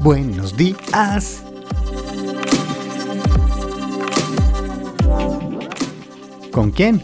buenos días. ¿Con quién?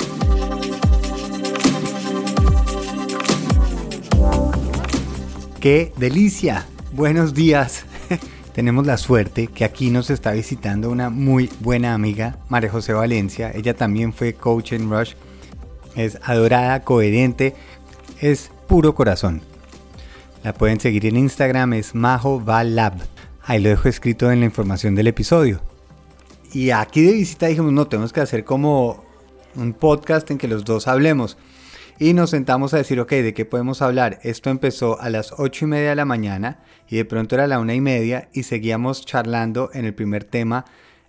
¡Qué delicia! Buenos días. Tenemos la suerte que aquí nos está visitando una muy buena amiga, María José Valencia. Ella también fue coach en Rush. Es adorada, coherente, es puro corazón. La pueden seguir en Instagram, es MajoVaLab. Ahí lo dejo escrito en la información del episodio. Y aquí de visita dijimos, no, tenemos que hacer como un podcast en que los dos hablemos. Y nos sentamos a decir, ok, ¿de qué podemos hablar? Esto empezó a las 8:30 de la mañana y de pronto era la 1:30 y seguíamos charlando en el primer tema.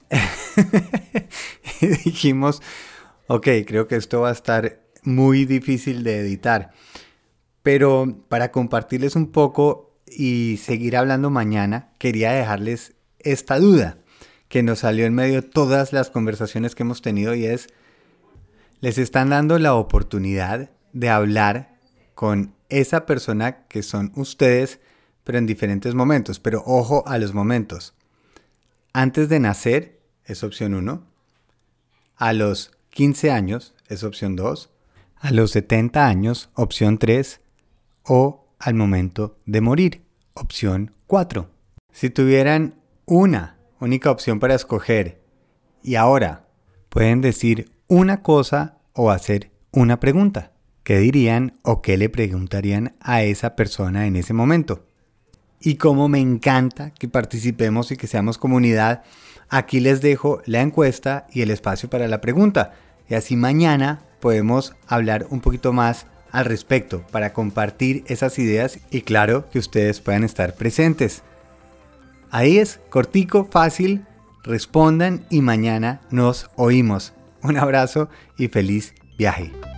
Y dijimos, ok, creo que esto va a estar muy difícil de editar. Pero para compartirles un poco y seguir hablando mañana, quería dejarles esta duda que nos salió en medio de todas las conversaciones que hemos tenido y es, les están dando la oportunidad de hablar con esa persona que son ustedes, pero en diferentes momentos. Pero ojo a los momentos. Antes de nacer es opción 1. A los 15 años es opción 2. A los 70 años, opción 3. O al momento de morir, opción 4. Si tuvieran una única opción para escoger y ahora pueden decir una cosa o hacer una pregunta, ¿qué dirían o qué le preguntarían a esa persona en ese momento? Y como me encanta que participemos y que seamos comunidad, aquí les dejo la encuesta y el espacio para la pregunta. Y así mañana podemos hablar un poquito más al respecto para compartir esas ideas y claro que ustedes puedan estar presentes. Ahí es, cortico, fácil, respondan y mañana nos oímos. Un abrazo y feliz viaje.